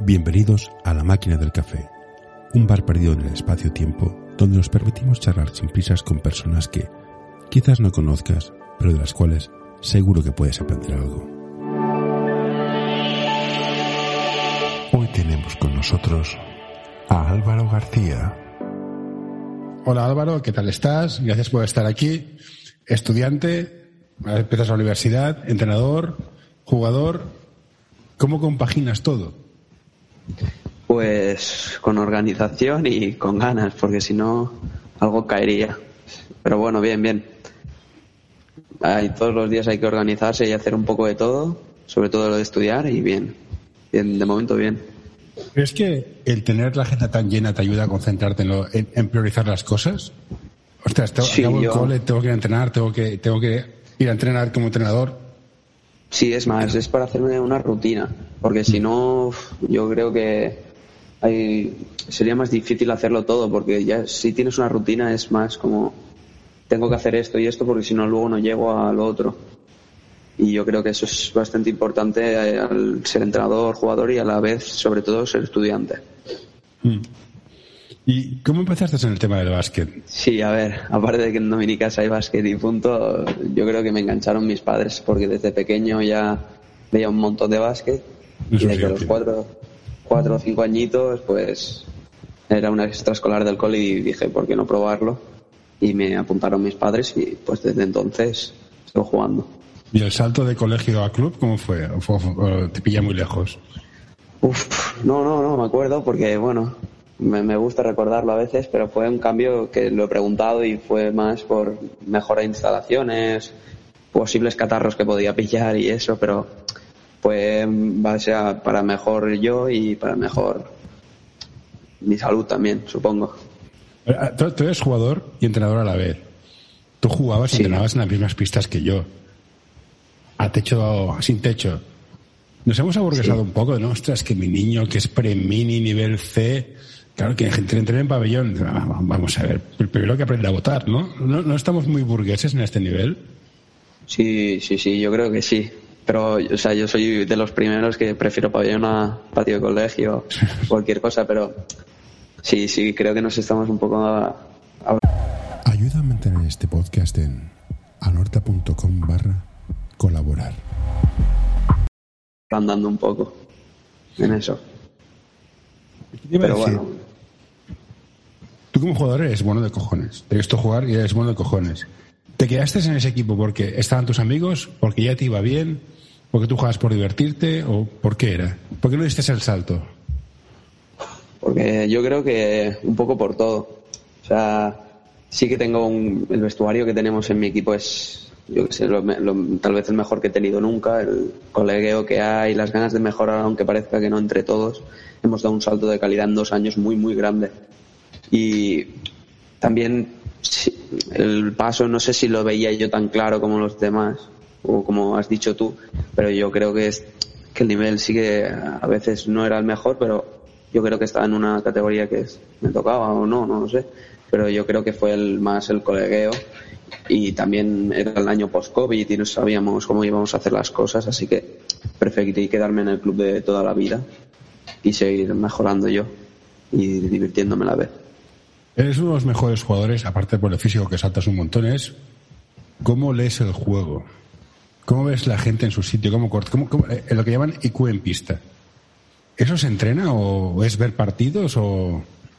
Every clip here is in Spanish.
Bienvenidos a La Máquina del Café, un bar perdido en el espacio-tiempo donde nos permitimos charlar sin prisas con personas que quizás no conozcas, pero de las cuales seguro que puedes aprender algo. Hoy tenemos con nosotros a Álvaro García. Hola Álvaro, ¿qué tal estás? Gracias por estar aquí. Estudiante, empiezas la universidad, entrenador, jugador. ¿Cómo compaginas todo? Pues con organización y con ganas, porque si no algo caería. Pero bueno, bien. Todos los días hay que organizarse y hacer un poco de todo, sobre todo lo de estudiar, y bien, de momento bien. ¿Crees que el tener la agenda tan llena te ayuda a concentrarte en priorizar las cosas? Ostras, acabo el cole, tengo que ir a entrenar, tengo que ir a entrenar como entrenador. Sí, es más, es para hacerme una rutina, porque si no, yo creo que sería más difícil hacerlo todo, porque ya si tienes una rutina es más como tengo que hacer esto y esto, porque si no luego no llego a lo otro. Y yo creo que eso es bastante importante al ser entrenador, jugador y a la vez, sobre todo, ser estudiante. ¿Y cómo empezaste en el tema del básquet? Sí, a ver, aparte de que en Dominicasa hay básquet y punto, yo creo que me engancharon mis padres, porque desde pequeño ya veía un montón de básquet y desde los 4 o 5 añitos, pues era una extraescolar del cole y dije, ¿por qué no probarlo? Y me apuntaron mis padres y pues desde entonces estoy jugando. ¿Y el salto de colegio a club cómo fue? ¿O te pilla muy lejos? No me acuerdo porque, bueno, me gusta recordarlo a veces, pero fue un cambio que lo he preguntado y fue más por mejora de instalaciones, posibles catarros que podía pillar y eso, pero fue en base para mejor yo y para mejor mi salud también, supongo. Tú eres jugador y entrenador a la vez. Tú jugabas y entrenabas en las mismas pistas que yo. A techo, sin techo. Nos hemos aburguesado un poco, ¿no? Ostras, que mi niño, que es pre-mini, nivel C. Claro, que gente entrena en pabellón. Vamos a ver, primero que aprender a votar, ¿no? ¿No estamos muy burgueses en este nivel? Sí, yo creo que sí. Pero, o sea, yo soy de los primeros que prefiero pabellón a patio de colegio, cualquier cosa, pero sí, creo que nos estamos un poco... Ayuda a mantener este podcast en anorta.com/colaborar. Andando un poco en eso. Pero bueno. Tú como jugador eres bueno de cojones. Te he visto jugar y eres bueno de cojones. ¿Te quedaste en ese equipo porque estaban tus amigos? ¿Porque ya te iba bien? ¿Porque tú jugabas por divertirte? ¿O por qué era? ¿Por qué no diste el salto? Porque yo creo que un poco por todo. O sea, sí que tengo el vestuario que tenemos en mi equipo es, yo que sé, tal vez el mejor que he tenido nunca, el colegueo que hay, las ganas de mejorar, aunque parezca que no entre todos. Hemos dado un salto de calidad en 2 años muy, muy grande. Y también el paso, no sé si lo veía yo tan claro como los demás, o como has dicho tú, pero yo creo que el nivel sí que a veces no era el mejor, pero yo creo que estaba en una categoría que me tocaba o no lo sé. Pero yo creo que fue más el colegueo. Y también era el año post-COVID y no sabíamos cómo íbamos a hacer las cosas, así que preferí quedarme en el club de toda la vida y seguir mejorando yo y divirtiéndome a la vez. Eres uno de los mejores jugadores, aparte por el físico que saltas un montón, ¿cómo lees el juego? ¿Cómo ves la gente en su sitio? ¿Cómo en lo que llaman IQ en pista? ¿Eso se entrena o es ver partidos o...?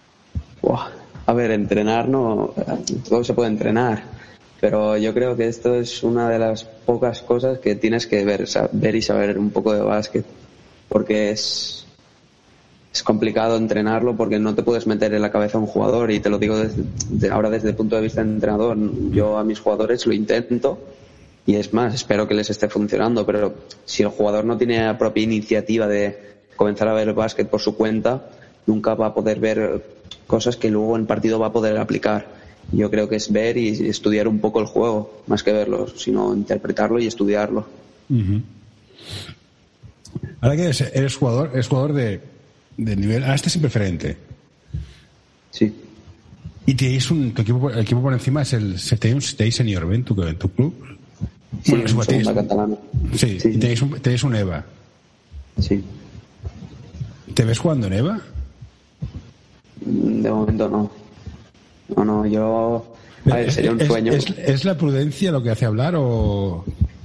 A ver, entrenar no... Todo se puede entrenar. Pero yo creo que esto es una de las pocas cosas que tienes que ver y saber un poco de básquet, porque es complicado entrenarlo, porque no te puedes meter en la cabeza a un jugador, y te lo digo ahora desde el punto de vista de entrenador. Yo a mis jugadores lo intento y es más, espero que les esté funcionando, pero si el jugador no tiene la propia iniciativa de comenzar a ver el básquet por su cuenta, nunca va a poder ver cosas que luego en partido va a poder aplicar. Yo creo que es ver y estudiar un poco el juego, más que verlo, sino interpretarlo y estudiarlo. Uh-huh. Ahora que eres jugador de nivel... Ahora estás en preferente. Sí. ¿Y tenéis tu equipo por encima tenéis senior B en tu club? Sí, bueno, en segunda catalana. Sí, sí. Y tenéis un EVA. Sí. ¿Te ves jugando en EVA? De momento no. No, yo... A ver, sería un sueño. ¿Es la prudencia lo que hace hablar o...?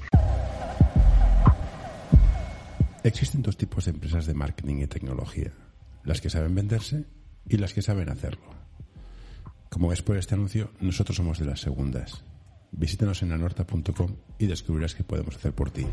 Existen dos tipos de empresas de marketing y tecnología. Las que saben venderse y las que saben hacerlo. Como ves por este anuncio, nosotros somos de las segundas. Visítanos en anorta.com y descubrirás qué podemos hacer por ti.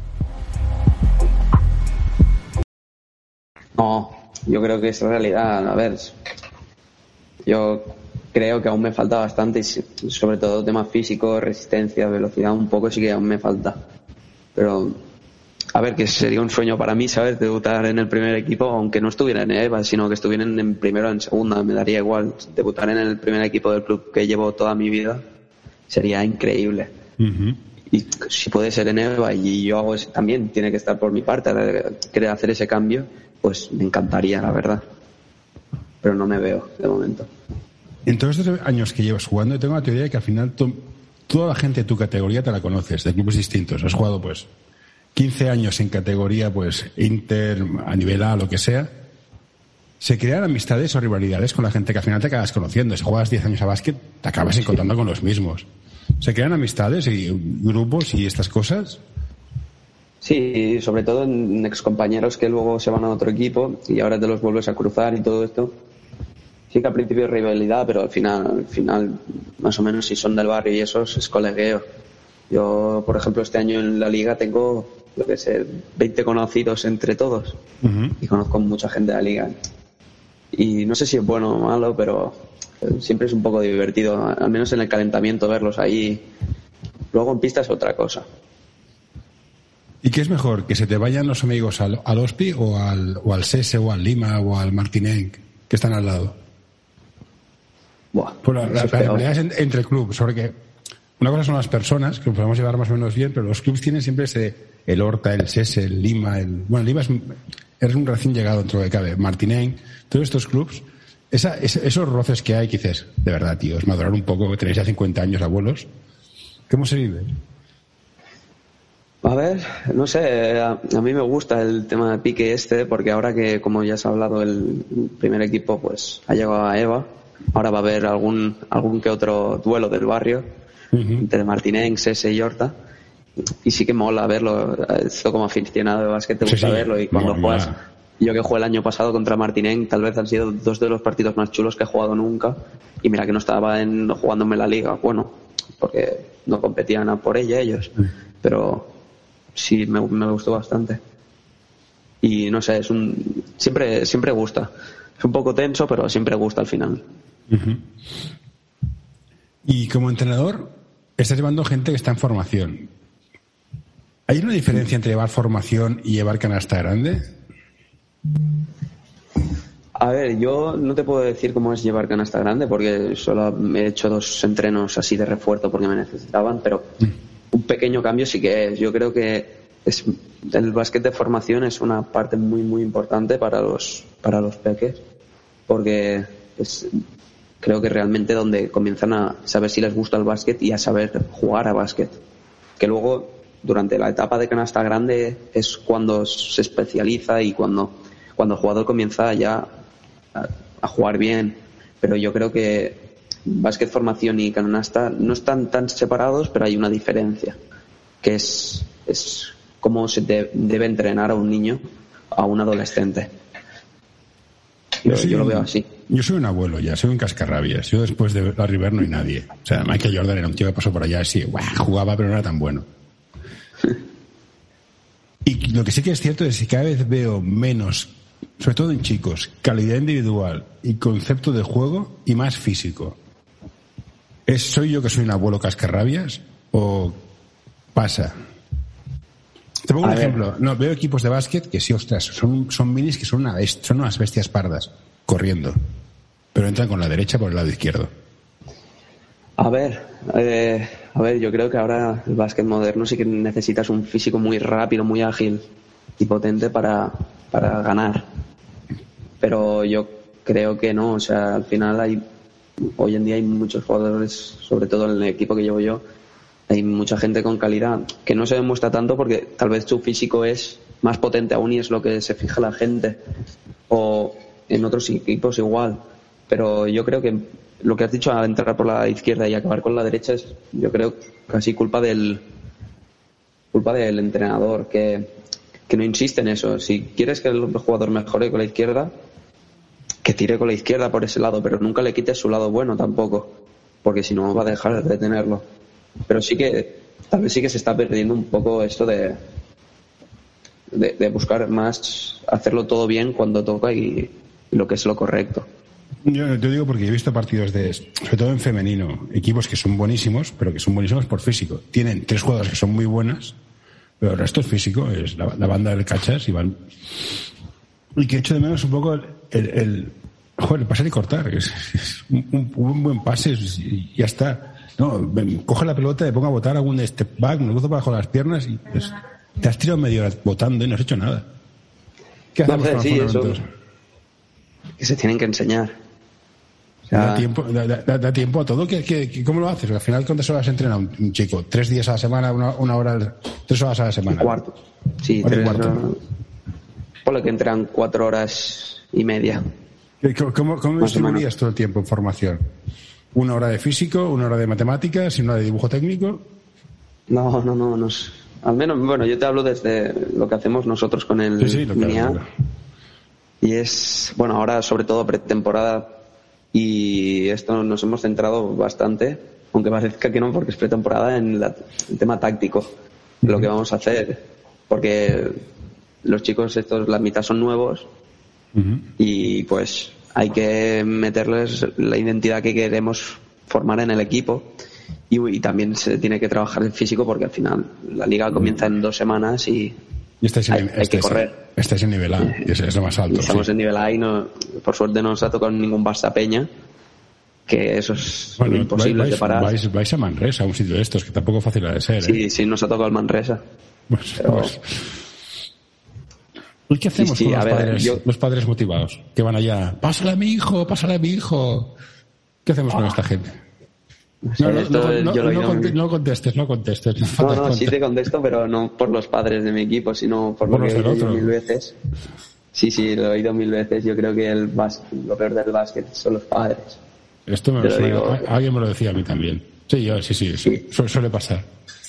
No, yo creo que es realidad. A ver, yo creo que aún me falta bastante, y sobre todo temas físicos, resistencia, velocidad, un poco sí que aún me falta. Pero, a ver, que sería un sueño para mí, ¿sabes? Debutar en el primer equipo, aunque no estuviera en EVA, sino que estuvieran en primero o en segunda, me daría igual. Debutar en el primer equipo del club que llevo toda mi vida sería increíble. Uh-huh. Y si puede ser en EVA y yo hago ese, también tiene que estar por mi parte, querer hacer ese cambio, pues me encantaría, la verdad. Pero no me veo de momento. En todos estos años que llevas jugando, tengo la teoría de que al final toda la gente de tu categoría te la conoces, de clubes distintos. Has jugado pues 15 años en categoría pues Inter, a nivel A, lo que sea. Se crean amistades o rivalidades con la gente que al final te acabas conociendo. Si juegas 10 años a básquet, te acabas encontrando con los mismos. ¿Se crean amistades y grupos y estas cosas? Sí, sobre todo en excompañeros que luego se van a otro equipo y ahora te los vuelves a cruzar y todo esto. Sí que al principio es rivalidad, pero al final, más o menos si son del barrio y eso es colegueo. Yo, por ejemplo, este año en la liga tengo, 20 conocidos entre todos. Uh-huh. Y conozco mucha gente de la liga. Y no sé si es bueno o malo, pero siempre es un poco divertido, al menos en el calentamiento, verlos ahí. Luego en pista es otra cosa. ¿Y qué es mejor? ¿Que se te vayan los amigos al Hospi o al Sese o al Lima o al Martinenc que están al lado? Buah, pues la pelea es entre clubes, porque una cosa son las personas, que nos podemos llevar más o menos bien, pero los clubes tienen siempre el Horta, el Sese, el Lima, el Lima es un recién llegado dentro de cabe, Martinenc, todos estos clubes, esos roces que hay, que dices, de verdad, tío, es madurar un poco, tenéis ya 50 años, abuelos, ¿cómo se vive? A ver, no sé, a mí me gusta el tema de pique porque ahora que, como ya se ha hablado, el primer equipo pues ha llegado a EVA, ahora va a haber algún que otro duelo del barrio, uh-huh, entre Martinenc, Sese y Horta, y sí que mola verlo. Esto como aficionado de básquet te gusta verlo, y cuando juegas, yo que jugué el año pasado contra Martinenc, tal vez han sido 2 de los partidos más chulos que he jugado nunca, y mira que no estaba jugándome la liga, bueno, porque no competían a por ella ellos, pero sí me gustó bastante. Y no sé, siempre gusta. Es un poco tenso, pero siempre gusta al final. Uh-huh. Y como entrenador, estás llevando gente que está en formación. ¿Hay una diferencia entre llevar formación y llevar canasta grande? A ver, yo no te puedo decir cómo es llevar canasta grande, porque solo he hecho 2 entrenos así de refuerzo porque me necesitaban, pero un pequeño cambio sí que es. Yo creo que el básquet de formación es una parte muy muy importante para los peques, porque creo que realmente donde comienzan a saber si les gusta el básquet y a saber jugar a básquet, que luego durante la etapa de canasta grande es cuando se especializa y cuando el jugador comienza ya a jugar bien. Pero yo creo que básquet formación y canasta no están tan separados, pero hay una diferencia, que es cómo se debe entrenar a un niño, a un adolescente. Yo lo veo así. Yo soy un abuelo ya, soy un cascarrabias. Yo después de Larry Bird no hay nadie. O sea, Michael Jordan era un tío que pasó por allá, sí, jugaba, pero no era tan bueno. Y lo que sí que es cierto es que cada vez veo menos, sobre todo en chicos, calidad individual y concepto de juego y más físico. ¿Soy yo que soy un abuelo cascarrabias o pasa? Te pongo un ejemplo. No, veo equipos de básquet que sí, ostras, son minis que son unas bestias pardas corriendo, pero entran con la derecha por el lado izquierdo. A ver, yo creo que ahora el básquet moderno sí que necesitas un físico muy rápido, muy ágil y potente para ganar. Pero yo creo que no, o sea, al final hoy en día hay muchos jugadores, sobre todo en el equipo que llevo yo, hay mucha gente con calidad que no se demuestra tanto porque tal vez su físico es más potente aún y es lo que se fija la gente. O en otros equipos igual. Pero yo creo que lo que has dicho, a entrar por la izquierda y acabar con la derecha, es, yo creo, casi culpa del entrenador, que no insiste en eso. Si quieres que el jugador mejore con la izquierda, que tire con la izquierda por ese lado, pero nunca le quites su lado bueno tampoco, porque si no va a dejar de tenerlo. Pero sí que tal vez sí que se está perdiendo un poco esto de buscar más hacerlo todo bien cuando toca y lo que es lo correcto. Yo te digo porque he visto partidos sobre todo en femenino, equipos que son buenísimos, pero que son buenísimos por físico. Tienen 3 jugadoras que son muy buenas, pero el resto es físico, es la banda del cachas y van. Y que echo de menos un poco el pasar y cortar. Es un buen pase y ya está. No, coge la pelota, le pongo a botar algún step back, me lo cruzo bajo las piernas y pues, te has tirado media hora botando y no has hecho nada. ¿Qué hacemos con los fundamentos? Que se tienen que enseñar. O sea, da tiempo a todo. ¿Cómo lo haces? Al final, ¿cuántas horas entrena un chico? 3 días a la semana, una hora, 3 horas a la semana. Un cuarto. Sí, 3 horas. Por lo que entran 4 horas y media. ¿Cómo distribuirías todo el tiempo en formación? ¿1 hora de físico, 1 hora de matemáticas y 1 hora de dibujo técnico? No. Al menos, bueno, yo te hablo desde lo que hacemos nosotros con el MIA. Y es, bueno, ahora sobre todo pretemporada. Y esto nos hemos centrado bastante, aunque parezca que no, porque es pretemporada, en el tema táctico, lo que vamos a hacer. Porque los chicos estos, la mitad son nuevos, y pues hay que meterles la identidad que queremos formar en el equipo. Y también se tiene que trabajar el físico, porque al final la liga comienza en 2 semanas y hay que correr. Estáis en nivel A, y es lo más alto. Estamos en nivel A y por suerte no nos ha tocado ningún Barça Peña, que eso es imposible de parar. Vais a Manresa, a un sitio de estos, que tampoco es fácil de ser. Sí, nos ha tocado el Manresa. ¿Y qué hacemos con los padres motivados? Que van allá, pásale a mi hijo. ¿Qué hacemos con esta gente? No contestes. No, sí te contesto, pero no por los padres de mi equipo, sino por lo que he oído 1000 veces. Sí, lo he oído 1000 veces. Yo creo que lo peor del básquet son los padres. Esto alguien me lo decía a mí también. Sí, suele pasar.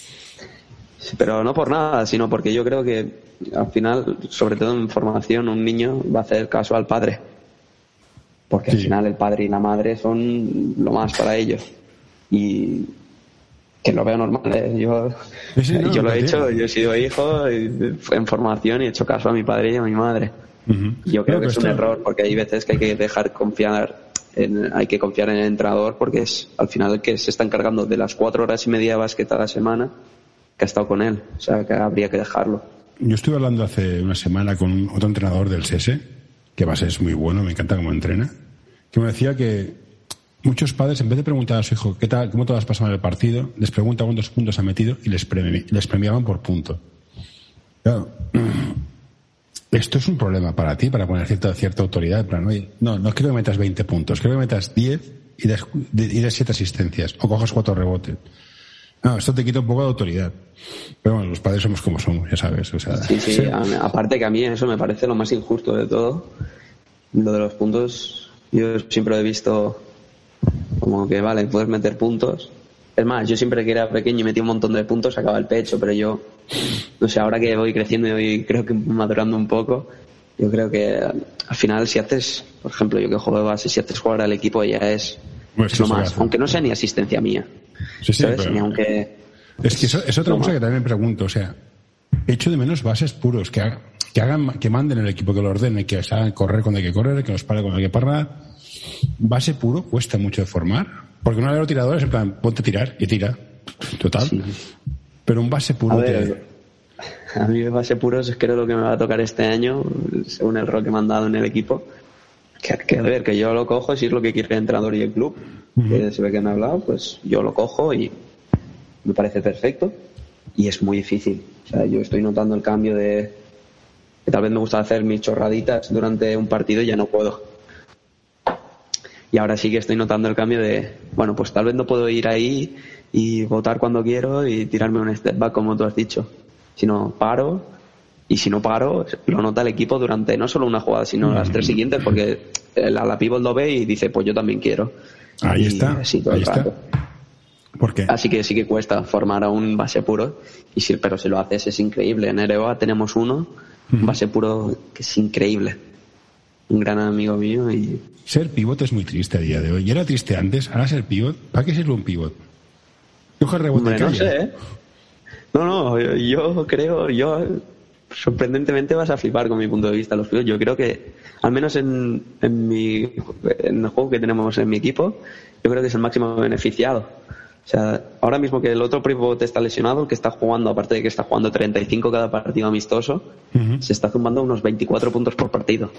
Sí, pero no por nada, sino porque yo creo que al final, sobre todo en formación, un niño va a hacer caso al padre. Porque al final el padre y la madre son lo más para ellos. Y que lo veo normal, ¿eh? Yo lo he hecho, yo he sido hijo en formación y he hecho caso a mi padre y a mi madre. Yo creo que es un error, porque hay veces que hay que confiar en el entrenador, porque es al final el que se está encargando de las 4 horas y media de básquet a la semana, que ha estado con él. O sea, que habría que dejarlo. Yo estuve hablando hace una semana con otro entrenador del SESE, que además es muy bueno, me encanta cómo entrena, que me decía que muchos padres, en vez de preguntar a su hijo ¿qué tal, cómo te vas pasando en el partido?, les preguntan cuántos puntos ha metido y les premiaban por punto. Claro, esto es un problema para ti, para poner cierta autoridad. No quiero que metas 20 puntos, quiero que metas 10 y des 7 asistencias o cojas 4 rebotes. No, esto te quita un poco de autoridad. Pero bueno, los padres somos como somos, ya sabes. O sea, sí. Aparte que a mí eso me parece lo más injusto de todo. Lo de los puntos, yo siempre he visto como que vale, puedes meter puntos. Es más, yo siempre que era pequeño y metía un montón de puntos sacaba el pecho, pero yo, no sé, ahora que voy creciendo y voy, creo que madurando un poco, yo creo que al final si haces, por ejemplo, yo que juego de base, si haces jugar al equipo ya es lo más, aunque no sea ni asistencia mía. ¿Sabes? Pero ni aunque... Es que eso es otra cosa que también me pregunto, o sea, echo de menos bases puros, que manden el equipo, que lo ordenen, que se hagan correr cuando hay que correr, que nos pare cuando hay que parar. Base puro cuesta mucho de formar, porque no hay los tiradores en plan, ponte a tirar y tira, total. Sí. Pero un base puro... A mí el base puro es creo lo que me va a tocar este año, según el rol que me han dado en el equipo. Que a ver, que yo lo cojo, si es lo que quiere el entrenador y el club, que se ve que han hablado, pues yo lo cojo y me parece perfecto. Y es muy difícil. O sea, yo estoy notando el cambio de que tal vez me gusta hacer mis chorraditas durante un partido y ya no puedo. Y ahora sí que estoy notando el cambio de, bueno, pues tal vez no puedo ir ahí y votar cuando quiero y tirarme un step back como tú has dicho, sino paro Y si no paro, lo nota el equipo durante no solo una jugada, sino las 3 siguientes, porque la pivot lo ve y dice, pues yo también quiero. Ahí está. Así todo el rato. ¿Por qué? Así que sí que cuesta formar a un base puro, pero si lo haces es increíble. En ROA tenemos un base puro que es increíble. Un gran amigo mío. Y ser pivot es muy triste a día de hoy. Y era triste antes, ahora ser pivot. ¿Para qué sirve un pivot? Coge rebote y no sé, ¿eh? No, yo creo, sorprendentemente vas a flipar con mi punto de vista. Los pivots, yo creo que, al menos en el juego que tenemos en mi equipo, yo creo que es el máximo beneficiado. O sea, ahora mismo que el otro pivot está lesionado, que está jugando, aparte de que está jugando 35 cada partido amistoso, se está zumbando unos 24 puntos por partido.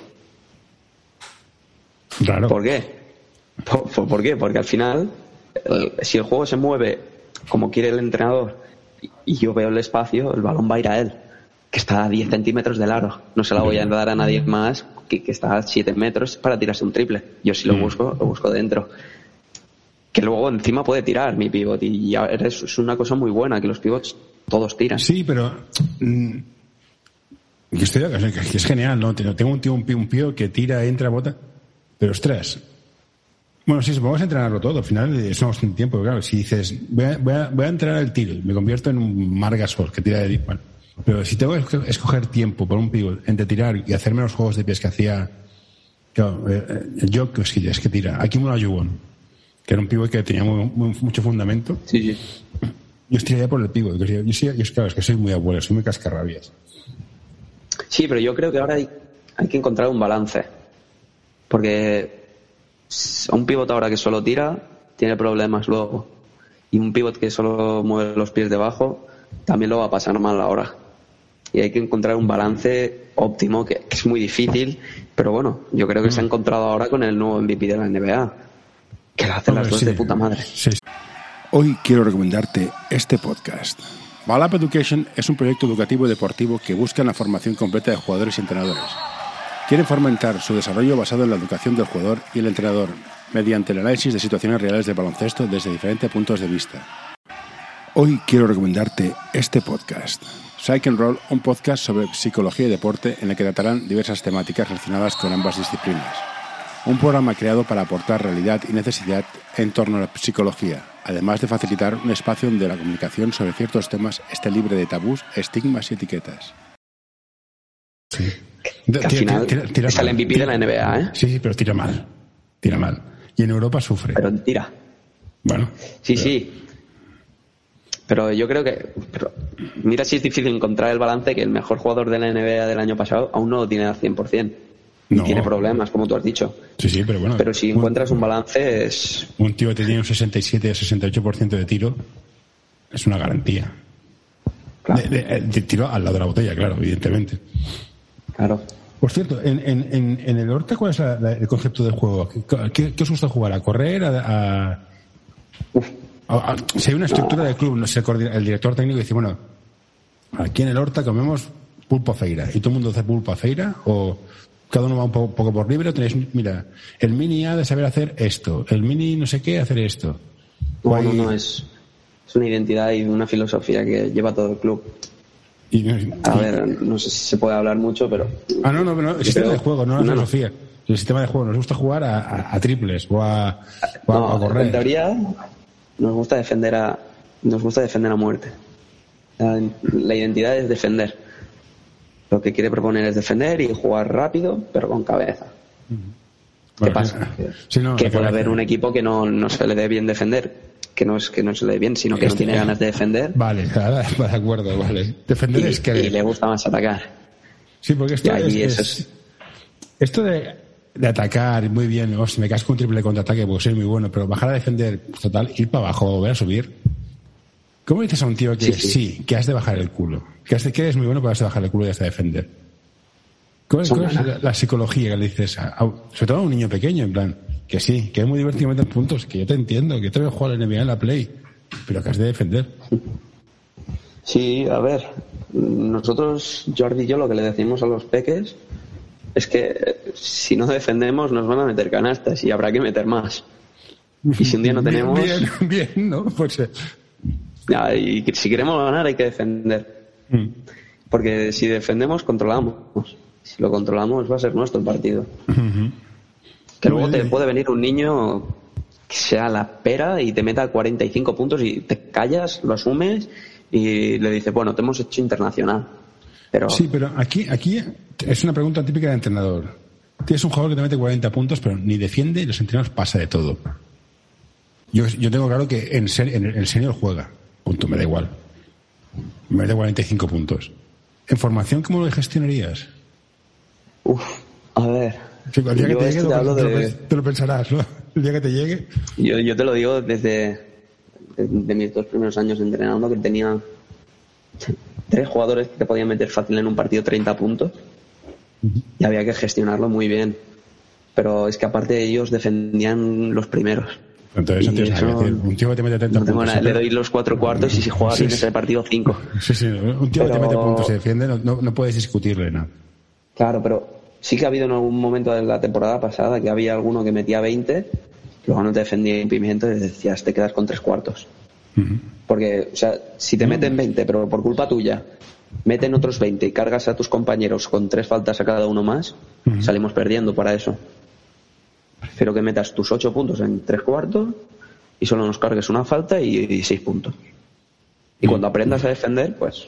Claro. ¿Por qué? ¿Por qué? Porque al final, si el juego se mueve como quiere el entrenador y yo veo el espacio, el balón va a ir a él, que está a 10 centímetros del aro. No se la voy a dar a nadie más que está a 7 metros para tirarse un triple. Yo si lo busco dentro. Que luego encima puede tirar mi pivot y ya es una cosa muy buena, que los pivots todos tiran. Sí, pero que es genial, ¿no? Tengo un pivot que tira, entra, bota, pero ostras, bueno, sí, vamos a entrenarlo todo, al final eso no es un tiempo, claro, si dices voy a entrenar el tiro, me convierto en un Marc Gasol que tira de deep, bueno, pero si tengo que escoger tiempo por un pivot entre tirar y hacerme los juegos de pies que hacía, claro, yo es que tira, Hakeem Olajuwon, que era un pivot que tenía mucho fundamento. Sí. Yo estaría por el pivot. Claro, es que soy muy abuelo, soy muy cascarrabias. Sí, pero yo creo que ahora hay que encontrar un balance. Porque un pivot ahora que solo tira tiene problemas luego. Y un pivot que solo mueve los pies debajo también lo va a pasar mal ahora. Y hay que encontrar un balance óptimo, que es muy difícil. Pero bueno, yo creo que se ha encontrado ahora con el nuevo MVP de la NBA. Que lo hacen las dos de puta madre. Sí. Hoy quiero recomendarte este podcast. Balap Education es un proyecto educativo y deportivo que busca la formación completa de jugadores y entrenadores. Quieren fomentar su desarrollo basado en la educación del jugador y el entrenador, mediante el análisis de situaciones reales del baloncesto desde diferentes puntos de vista. Hoy quiero recomendarte este podcast. Psych and Roll, un podcast sobre psicología y deporte en el que tratarán diversas temáticas relacionadas con ambas disciplinas. Un programa creado para aportar realidad y necesidad en torno a la psicología, además de facilitar un espacio donde la comunicación sobre ciertos temas esté libre de tabús, estigmas y etiquetas. Sí. Que al final es el MVP de la NBA, ¿eh? Sí, pero tira mal. Y en Europa sufre. Pero tira. Bueno. Sí. Pero yo creo que... mira si es difícil encontrar el balance, que el mejor jugador de la NBA del año pasado aún no lo tiene al 100%. No. Tiene problemas, como tú has dicho. Sí, pero bueno. Pero si encuentras un balance es... Un tío que tenía un 67-68% de tiro es una garantía. Claro. De tiro al lado de la botella, claro, evidentemente. Claro. Por cierto, en el Horta, ¿cuál es el concepto del juego? ¿Qué os gusta jugar? ¿A correr? Si hay una estructura del club, no sé, el director técnico dice, bueno, aquí en el Horta comemos pulpo a feira, y todo el mundo hace pulpo a feira, o... cada uno va un poco por libre, tenéis, mira, el mini ha de saber hacer esto, el mini no sé qué hacer esto. No, es una identidad y una filosofía que lleva todo el club. A ver, no sé si se puede hablar mucho, pero... No, el sistema de juego, no la filosofía. El sistema de juego, nos gusta jugar a triples o a correr. En teoría, nos gusta defender a muerte. La identidad es defender. Lo que quiere proponer es defender y jugar rápido, pero con cabeza. ¿Qué pasa? Que puede haber un equipo que no se le dé bien defender, que no se le dé bien, sino que no tiene ganas de defender. Vale, de acuerdo, vale. Defender es que... Y le gusta más atacar. Sí, porque esto de atacar, muy bien, si me casco un triple contraataque, pues soy muy bueno, pero bajar a defender, total, ir para abajo, volver a subir... ¿Cómo dices a un tío que sí, que has de bajar el culo? Que eres muy bueno, pero has de bajar el culo y has de defender. ¿Cuál es la psicología que le dices? Sobre todo a un niño pequeño, en plan, que sí, que es muy divertido meter puntos, que yo te entiendo, que te voy a jugar a la NBA en la Play, pero que has de defender. Sí, a ver, nosotros, Jordi y yo, lo que le decimos a los peques es que si no defendemos nos van a meter canastas y habrá que meter más. Y si un día no tenemos... Bien, ¿no? Pues... y si queremos ganar hay que defender. Porque si defendemos, controlamos. Si lo controlamos, va a ser nuestro el partido. Uh-huh. Que luego te puede venir un niño que sea la pera y te meta 45 puntos y te callas, lo asumes y le dices, bueno, te hemos hecho internacional. Pero... Sí, pero aquí es una pregunta típica de entrenador. Tienes un jugador que te mete 40 puntos, pero ni defiende y los entrenadores pasa de todo. Yo tengo claro que en el senior juega. Punto, me da igual. Me mete 45 puntos. ¿En formación cómo lo gestionarías? A ver. Sí, el día que te llegue te lo pensarás, ¿no? El día que te llegue. Yo te lo digo desde mis 2 primeros años entrenando, que tenía 3 jugadores que te podían meter fácil en un partido 30 puntos y había que gestionarlo muy bien. Pero es que aparte de ellos defendían los primeros. Entonces no tienes nada que decir. Un tío que te mete 30 puntos. Nada, le doy los 4 cuartos y si juega bien ese partido 5. Sí. Un tío que te mete puntos y defiende, no puedes discutirle nada. Claro, pero sí que ha habido en algún momento de la temporada pasada que había alguno que metía 20, luego no te defendía impedimento y decías, te quedas con 3 cuartos. Uh-huh. Porque, o sea, si te meten 20, pero por culpa tuya, meten otros 20 y cargas a tus compañeros con 3 faltas a cada uno más, uh-huh, salimos perdiendo para eso. Prefiero que metas tus 8 puntos en 3 cuartos y solo nos cargues una falta y 6 puntos. Y cuando aprendas a defender, pues...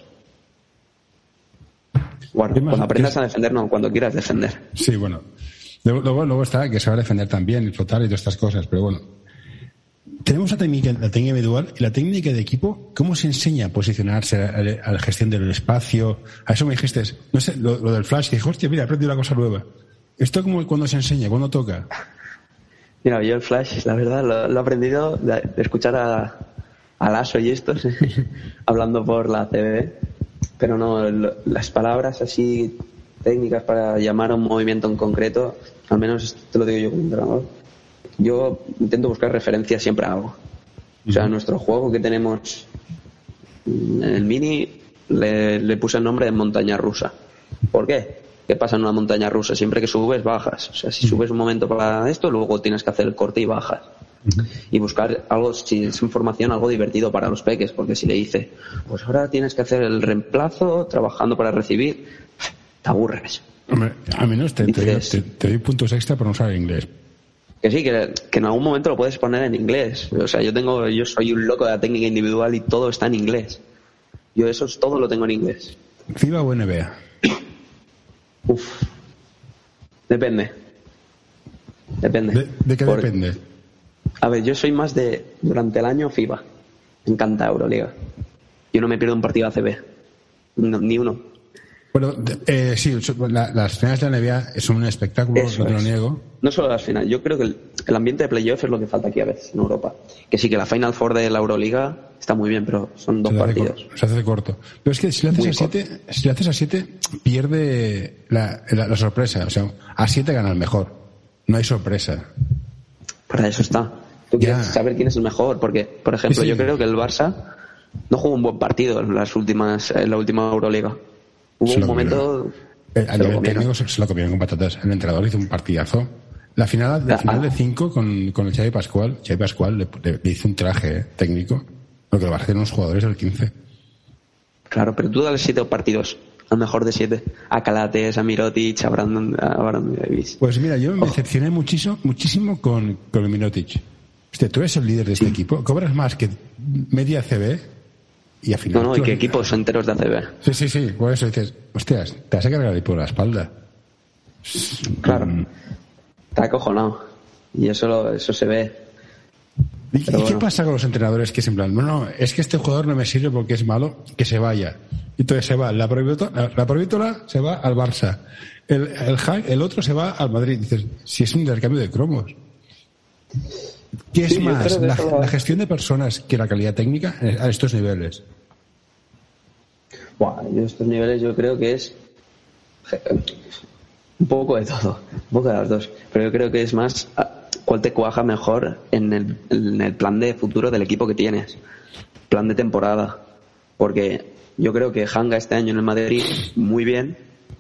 Bueno, cuando aprendas a defender, no, cuando quieras defender. Sí, bueno. Luego está que saber defender también y flotar y todas estas cosas, pero bueno. Tenemos la técnica individual y la técnica de equipo. ¿Cómo se enseña a posicionarse a la gestión del espacio? A eso me dijiste, no sé, lo del flash, que dije, hostia, mira, he aprendido una cosa nueva. ¿Esto cuándo se enseña? ¿Cuándo toca? Mira, yo el flash, la verdad, lo he aprendido de escuchar a Lasso y estos hablando por la CBB, pero no, las palabras así técnicas para llamar a un movimiento en concreto, al menos te lo digo yo como entrenador, yo intento buscar referencias siempre a algo. O sea, nuestro juego que tenemos en el mini le puse el nombre de montaña rusa. ¿Por qué? ¿Qué pasa en una montaña rusa? Siempre que subes, bajas. O sea, si subes un momento para esto, luego tienes que hacer el corte y bajas. Y buscar algo, si es información, algo divertido para los peques, porque si le dice, pues ahora tienes que hacer el reemplazo trabajando para recibir, te aburres. Hombre, al menos te doy puntos extra por no usar inglés. Que sí, que en algún momento lo puedes poner en inglés. O sea, yo soy un loco de la técnica individual y todo está en inglés. Yo eso todo lo tengo en inglés. ¿FIBA o NBA? Depende. ¿De qué depende? A ver, yo soy más durante el año FIBA. Me encanta Euroliga. Yo no me pierdo un partido ACB. Ni uno. Bueno, sí, las finales de la NBA son un espectáculo, no te lo niego. No solo las finales, yo creo que el ambiente de playoff es lo que falta aquí a veces en Europa. Que sí, que la Final Four de la Euroliga está muy bien, pero son 2 partidos. Se hace corto. Pero es que si le haces a 7, pierde la sorpresa. O sea, a 7 gana el mejor. No hay sorpresa. Para eso está. Tú quieres saber quién es el mejor, porque, por ejemplo, yo creo que el Barça no jugó un buen partido en la última Euroliga. Hubo un momento... A nivel técnico se lo comieron con patatas. El entrenador hizo un partidazo. La final de 5 con el Xavi Pascual. Xavi Pascual le hizo un traje técnico. Lo que lo va a hacer unos jugadores del 15. Claro, pero tú dale 7 partidos. Al mejor de 7. A Calates, a Mirotic, a Brandon Davis. Pues mira, yo me decepcioné muchísimo con el Mirotic. Hostia, tú eres el líder de este equipo. Cobras más que media CB. Y al final, no, y que equipos enteros de ACB. Sí, por eso dices, hostias, te vas a cargar ahí por la espalda. Claro, está acojonado. Y eso se ve. ¿Y qué pasa con los entrenadores que es en plan, no, es que este jugador no me sirve porque es malo, que se vaya? Y entonces se va, la provítola se va al Barça, el otro se va al Madrid. Dices, si es un intercambio de cromos. ¿Qué es más, la gestión de personas que la calidad técnica a estos niveles? A estos niveles yo creo que es un poco de todo, un poco de las dos. Pero yo creo que es más cuál te cuaja mejor en el plan de futuro del equipo que tienes, plan de temporada. Porque yo creo que Hanga este año en el Madrid muy bien,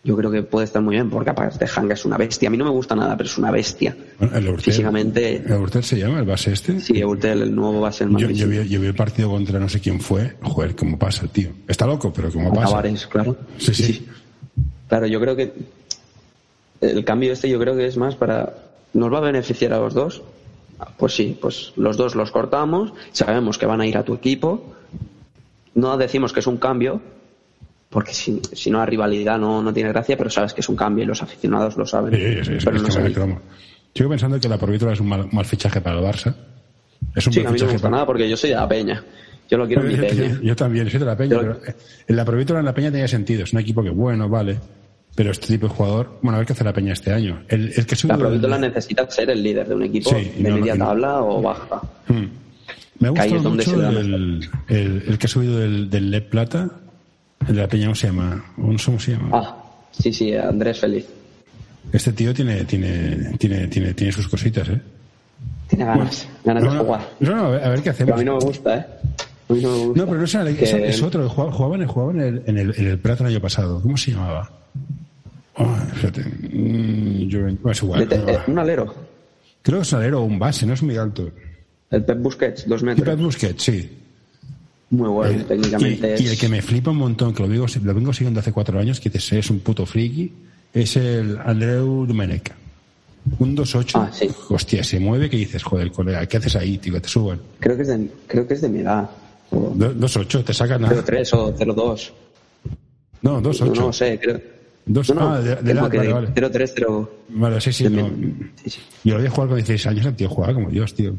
yo creo que puede estar muy bien, porque aparte Hanga es una bestia. A mí no me gusta nada, pero es una bestia. Bueno, el Urtel, físicamente. ¿El Urtel se llama el base este? Sí, el Urtel, el nuevo base del Madrid. Yo vi el partido contra no sé quién fue. Joder, cómo pasa el tío. Está loco, pero cómo pasa. Tavares, claro. Sí. Claro, yo creo que el cambio yo creo que es más para... ¿Nos va a beneficiar a los dos? Pues sí, pues los dos los cortamos, sabemos que van a ir a tu equipo, no decimos que es un cambio, porque si no la rivalidad no tiene gracia, pero sabes que es un cambio y los aficionados lo saben. Sí, pero no sé. Sigo pensando que la Provítola es un mal fichaje para el Barça. Es un a mí no me gusta nada porque yo soy de la Peña. Yo lo quiero en mi Peña. Yo también soy de la Peña, pero en la Provítola en la Peña tenía sentido. Es un equipo que bueno, vale. Pero este tipo de jugador, bueno, a ver qué hace la Peña este año. El que la Provítola necesita ser el líder de un equipo de media tabla o baja. Me ha gustado mucho el que ha subido del Lep Plata, el de la Peña, ¿cómo se llama? Sí, Andrés Feliz. Este tío tiene sus cositas, ¿eh? Tiene ganas de jugar. No, a ver qué hacemos. Pero a mí no me gusta, ¿eh? No, pero no es otro. Jugaba en el Plata el año pasado. ¿Cómo se llamaba? Fíjate. Es igual. ¿Un alero? Creo que es un alero o un base, no es muy alto. El Pep Busquets, 2 metros. El Pep Busquets, sí. Muy bueno, técnicamente. Y el que me flipa un montón, que lo vengo siguiendo hace 4 años, que es un puto friki, es el Andreu Domenech. Un 2'8". Sí. Hostia, se mueve que dices, joder, colega, ¿qué haces ahí, tío? Que te suban. Creo que es de mi edad. 2'8", te sacan nada. 0'3" o 0'2". No, 2'8". No sé, creo. De la vale. 0'3", 0'. Vale, sí. Sí. Yo lo voy a jugar con 16 años, el tío jugaba como Dios, tío.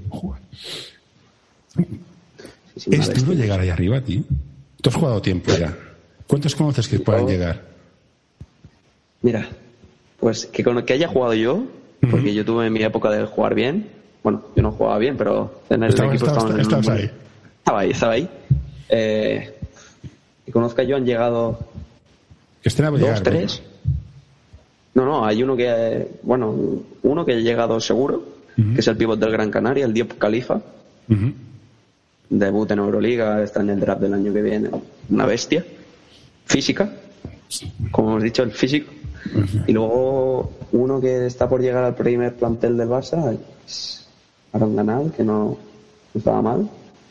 Es duro llegar ahí arriba, tío. Tú has jugado tiempo ya. ¿Cuántos conoces que puedan llegar? Mira, pues que haya jugado yo, porque yo tuve mi época de jugar bien. Bueno, yo no jugaba bien, pero en el equipo estabas ahí. Estaba ahí. Que conozca yo han llegado... Que estén a 2, 3. No, hay uno que ha llegado seguro, que es el pívot del Gran Canaria, el Diop Khalifa. Debut en Euroliga, está en el draft del año que viene. Una bestia. Física. Como hemos dicho, el físico. Y luego uno que está por llegar al primer plantel del Barça es Aaron Ganal, que no estaba mal.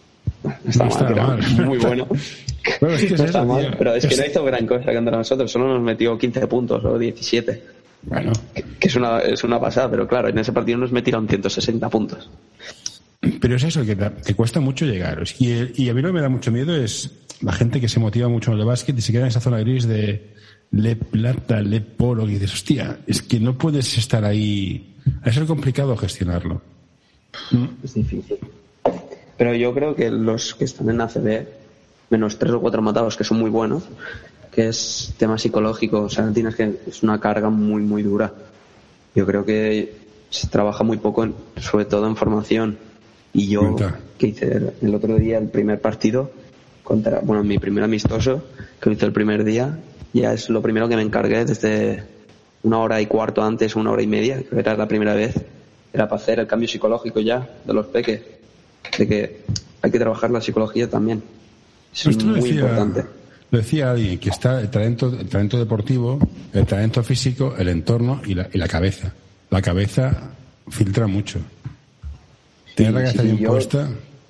Muy bueno. Bueno, es que no está mal, pero es que no hizo gran cosa contra nosotros, solo nos metió 15 puntos o 17. Bueno. Que es una pasada, pero claro, en ese partido nos metieron 160 puntos. Pero es eso, que te cuesta mucho llegar. Y a mí lo que me da mucho miedo es la gente que se motiva mucho en el básquet y se queda en esa zona gris de Le Plata, Le Poro, y dices, hostia, es que no puedes estar ahí. Es complicado gestionarlo. Es difícil. Pero yo creo que los que están en ACB, menos 3 o 4 matados, que son muy buenos, que es tema psicológico, o sea, es una carga muy, muy dura. Yo creo que se trabaja muy poco, sobre todo en formación. Y yo, que hice el otro día el primer partido, mi primer amistoso, que hice el primer día, ya es lo primero que me encargué desde 1 hora y cuarto antes, 1 hora y media, que era la primera vez, era para hacer el cambio psicológico ya de los peques, de que hay que trabajar la psicología también. Es muy importante. Lo decía alguien, que está el talento deportivo, el talento físico, el entorno y la cabeza. La cabeza filtra mucho. Tener la cabeza bien puesta.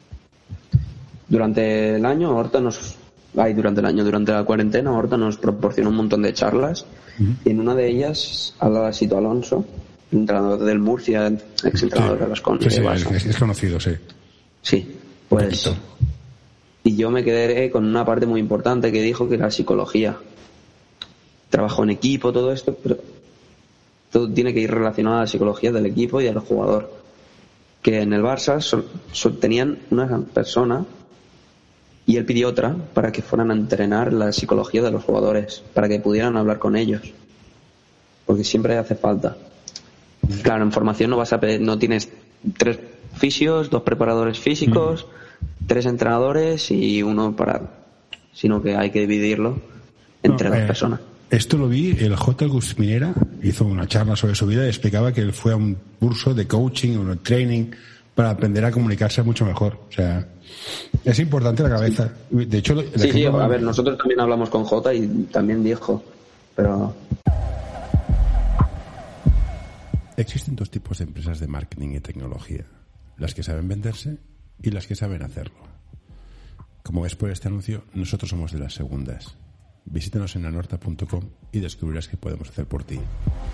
Durante el año, durante la cuarentena, Horta nos proporcionó un montón de charlas. Y en una de ellas hablaba Sito Alonso, entrenador del Murcia, exentrenador de las Condes. Es conocido, sí. Sí, pues. Y yo me quedé con una parte muy importante que dijo, que era la psicología. Trabajo en equipo, todo esto, pero todo tiene que ir relacionado a la psicología del equipo y del jugador. Que en el Barça tenían una persona y él pidió otra para que fueran a entrenar la psicología de los jugadores, para que pudieran hablar con ellos, porque siempre hace falta. Claro, en formación no tienes 3 fisios, 2 preparadores físicos, 3 entrenadores y 1 sino que hay que dividirlo entre 2 personas. Esto lo vi, el J. Gus Minera hizo una charla sobre su vida y explicaba que él fue a un curso de coaching, un training, para aprender a comunicarse mucho mejor. O sea, es importante la cabeza. De hecho, a ver, nosotros también hablamos con J y también dijo pero... Existen dos tipos de empresas de marketing y tecnología, las que saben venderse y las que saben hacerlo. Como ves por este anuncio, nosotros somos de las segundas. Visítanos en anorta.com y descubrirás qué podemos hacer por ti.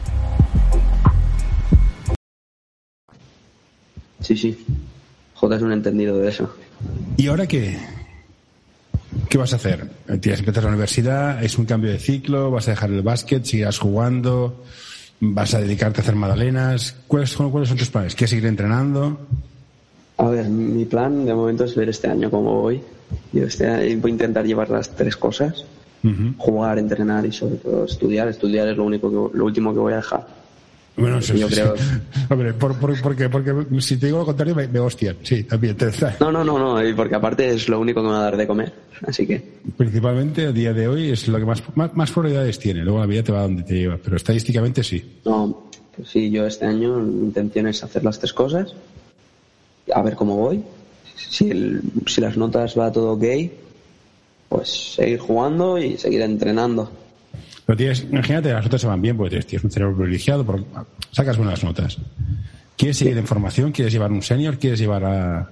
Sí. Jota es un entendido de eso. ¿Y ahora qué? ¿Qué vas a hacer? ¿Tienes que empezar la universidad? ¿Es un cambio de ciclo? ¿Vas a dejar el básquet? ¿Seguirás jugando? ¿Vas a dedicarte a hacer magdalenas? ¿Cuáles son tus planes? ¿Quieres seguir entrenando? A ver, mi plan de momento es ver este año cómo voy. Yo este año voy a intentar llevar las tres cosas. Uh-huh. Jugar, entrenar y sobre todo estudiar. Estudiar es lo último que voy a dejar. Bueno, yo creo... Hombre, porque si te digo lo contrario me hostian. Sí, también. No, y porque aparte es lo único que me va a dar de comer. Así que... Principalmente a día de hoy es lo que más probabilidades tiene. Luego la vida te va a donde te lleva. Pero estadísticamente sí. No, pues sí, yo este año mi intención es hacer las tres cosas. A ver cómo voy. Si las notas va todo ok, pues seguir jugando y seguir entrenando. Pero imagínate, las notas se van bien porque tienes un cerebro privilegiado, porque sacas buenas notas. ¿Quieres seguir en formación? ¿Quieres llevar un senior? ¿Quieres llevar a...?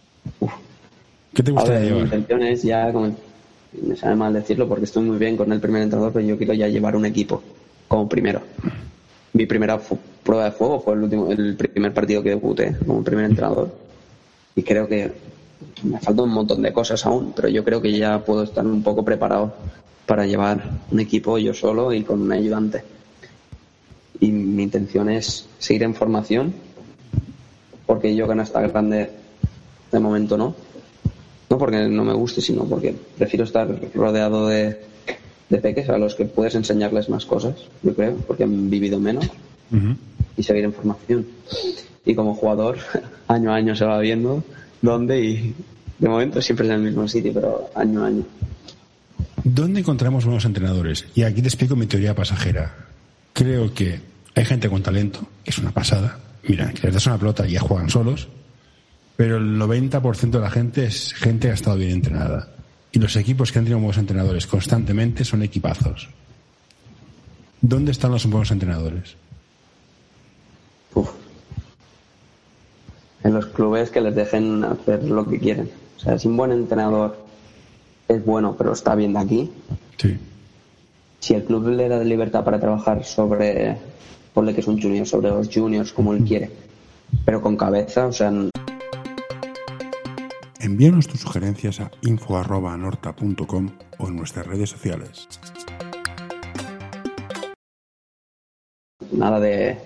¿Qué te gustaría llevar? Mi intención es ya, me sabe mal decirlo porque estoy muy bien con el primer entrenador, pero yo quiero ya llevar un equipo como primero. Mi primera prueba de fuego fue el primer partido que debuté como primer entrenador. Y creo que me faltan un montón de cosas aún, pero yo creo que ya puedo estar un poco preparado para llevar un equipo yo solo y con un ayudante. Y mi intención es seguir en formación, porque yo canasta grande de momento no porque no me guste, sino porque prefiero estar rodeado de peques a los que puedes enseñarles más cosas, yo creo, porque han vivido menos. Uh-huh. Y seguir en formación. Y como jugador, año a año se va viendo dónde, y de momento siempre es en el mismo sitio, pero año a año. ¿Dónde encontramos buenos entrenadores? Y aquí te explico mi teoría pasajera. Creo que hay gente con talento, que es una pasada. Mira, que les das una pelota y ya juegan solos. Pero el 90% de la gente es gente que ha estado bien entrenada. Y los equipos que han tenido buenos entrenadores constantemente son equipazos. ¿Dónde están los buenos entrenadores? En los clubes que les dejen hacer lo que quieren. O sea, si un buen entrenador es bueno, pero está bien de aquí. Sí. Si el club le da libertad para trabajar ponle que es un junior, sobre los juniors, como él quiere, pero con cabeza, o sea... Envíanos tus sugerencias a info@anorta.com o en nuestras redes sociales. Nada de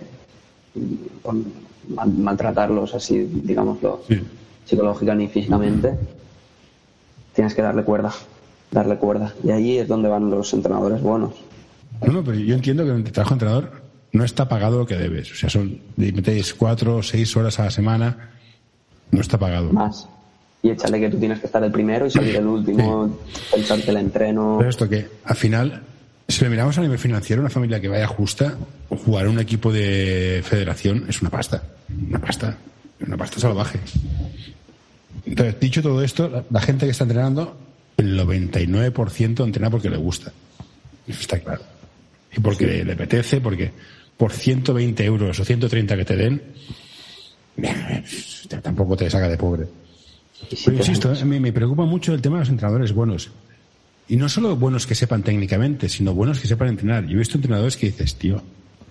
maltratarlos así, digámoslo, sí, psicológica ni físicamente. Tienes que darle cuerda. Y ahí es donde van los entrenadores buenos. No, pero yo entiendo que el trabajo de entrenador no está pagado lo que debes. O sea, metéis 4 o 6 horas a la semana, no está pagado. Más. Y échale que tú tienes que estar el primero y salir el último, sí, pensarte el entreno. Pero esto que, al final, si lo miramos a nivel financiero, una familia que vaya justa, jugar en un equipo de federación es una pasta salvaje. Entonces, dicho todo esto, la gente que está entrenando, el 99% entrena porque le gusta. Eso está claro. Y porque le apetece, porque por 120 euros o 130 que te den, tampoco te saca de pobre. Pero insisto, me preocupa mucho el tema de los entrenadores buenos. Y no solo buenos que sepan técnicamente, sino buenos que sepan entrenar. Yo he visto entrenadores que dices, tío,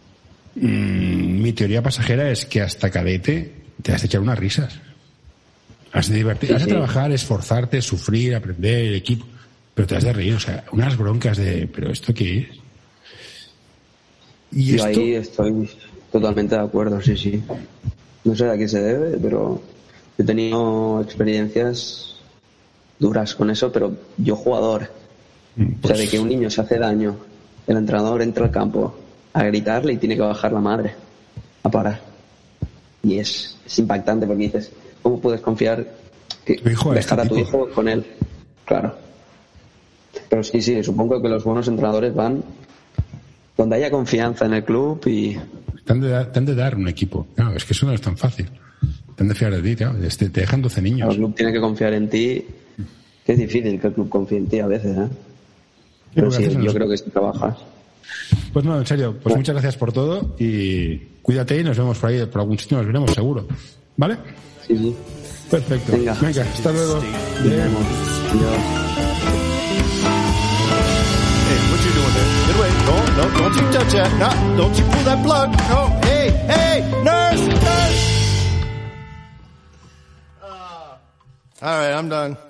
mi teoría pasajera es que hasta cadete te has de echar unas risas. Has de divertir, has de trabajar, esforzarte, sufrir, aprender, el equipo, pero te has de reír, o sea, unas broncas de, ¿pero esto qué es? Y yo ahí estoy totalmente de acuerdo, sí. No sé a qué se debe, pero he tenido experiencias duras con eso, pero yo jugador, o sea, de que un niño se hace daño, el entrenador entra al campo a gritarle y tiene que bajar la madre a parar. Y es impactante porque dices, ¿cómo puedes confiar dejar a tu hijo con él? Claro. Pero sí, supongo que los buenos entrenadores van donde haya confianza en el club y... Te han de dar un equipo. No, es que eso no es tan fácil. Te han de fiar de ti, claro. Te dejan 12 niños. El club tiene que confiar en ti. Que es difícil que el club confíe en ti a veces, ¿eh? Pero sí, yo creo que si trabajas... Pues no, en serio, pues muchas gracias por todo y cuídate y nos vemos por ahí, por algún sitio nos veremos seguro. ¿Vale? Sí. Perfecto. Venga, hasta luego. Bien. Hey, what you doing there? Get away. Don't you touch that. No, don't you pull that plug. No, hey, nurse. All right, I'm done.